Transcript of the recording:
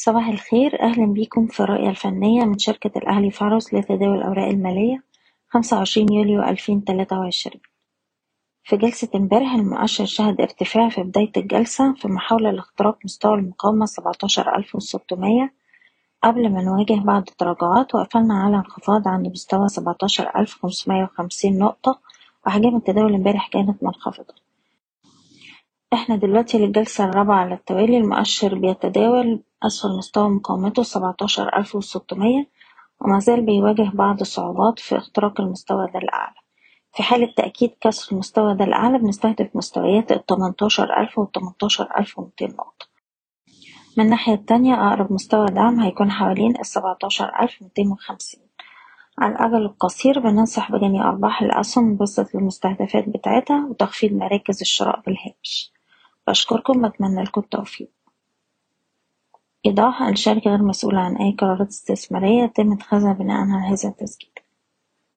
صباح الخير، أهلا بيكم في الرؤية الفنية من شركة الأهلي فارس لتداول الأوراق المالية 25 يوليو 2023. في جلسة امبارح المؤشر شهد ارتفاع في بداية الجلسة في محاولة لاختراق مستوى المقاومة 17600 قبل ما نواجه بعض التراجعات، وقفلنا على انخفاض عند مستوى 17550 نقطة، وأحجام التداول امبارح كانت منخفضة. احنا دلوقتي للجلسة الرابعة على التوالي المؤشر بيتداول أسفل مستوى مقاومته 17600، وما زال بيواجه بعض الصعوبات في اختراق المستوى ده الأعلى. في حالة تأكيد كسر المستوى ده الأعلى بنستهدف مستويات 18000 و 18200 نقطة. من الناحية التانية أقرب مستوى دعم هيكون حوالين 17250. على الأجل القصير بننصح بجني أرباح الأسهم بواسطة المستهدفات بتاعتها وتخفيض مراكز الشراء بالهامش. بشكركم، بتمنى لكم التوفيق. إيضاح: الشركة غير مسؤولة عن أي قرارات استثمارية يتم اتخاذها بناء على هذا التسجيل.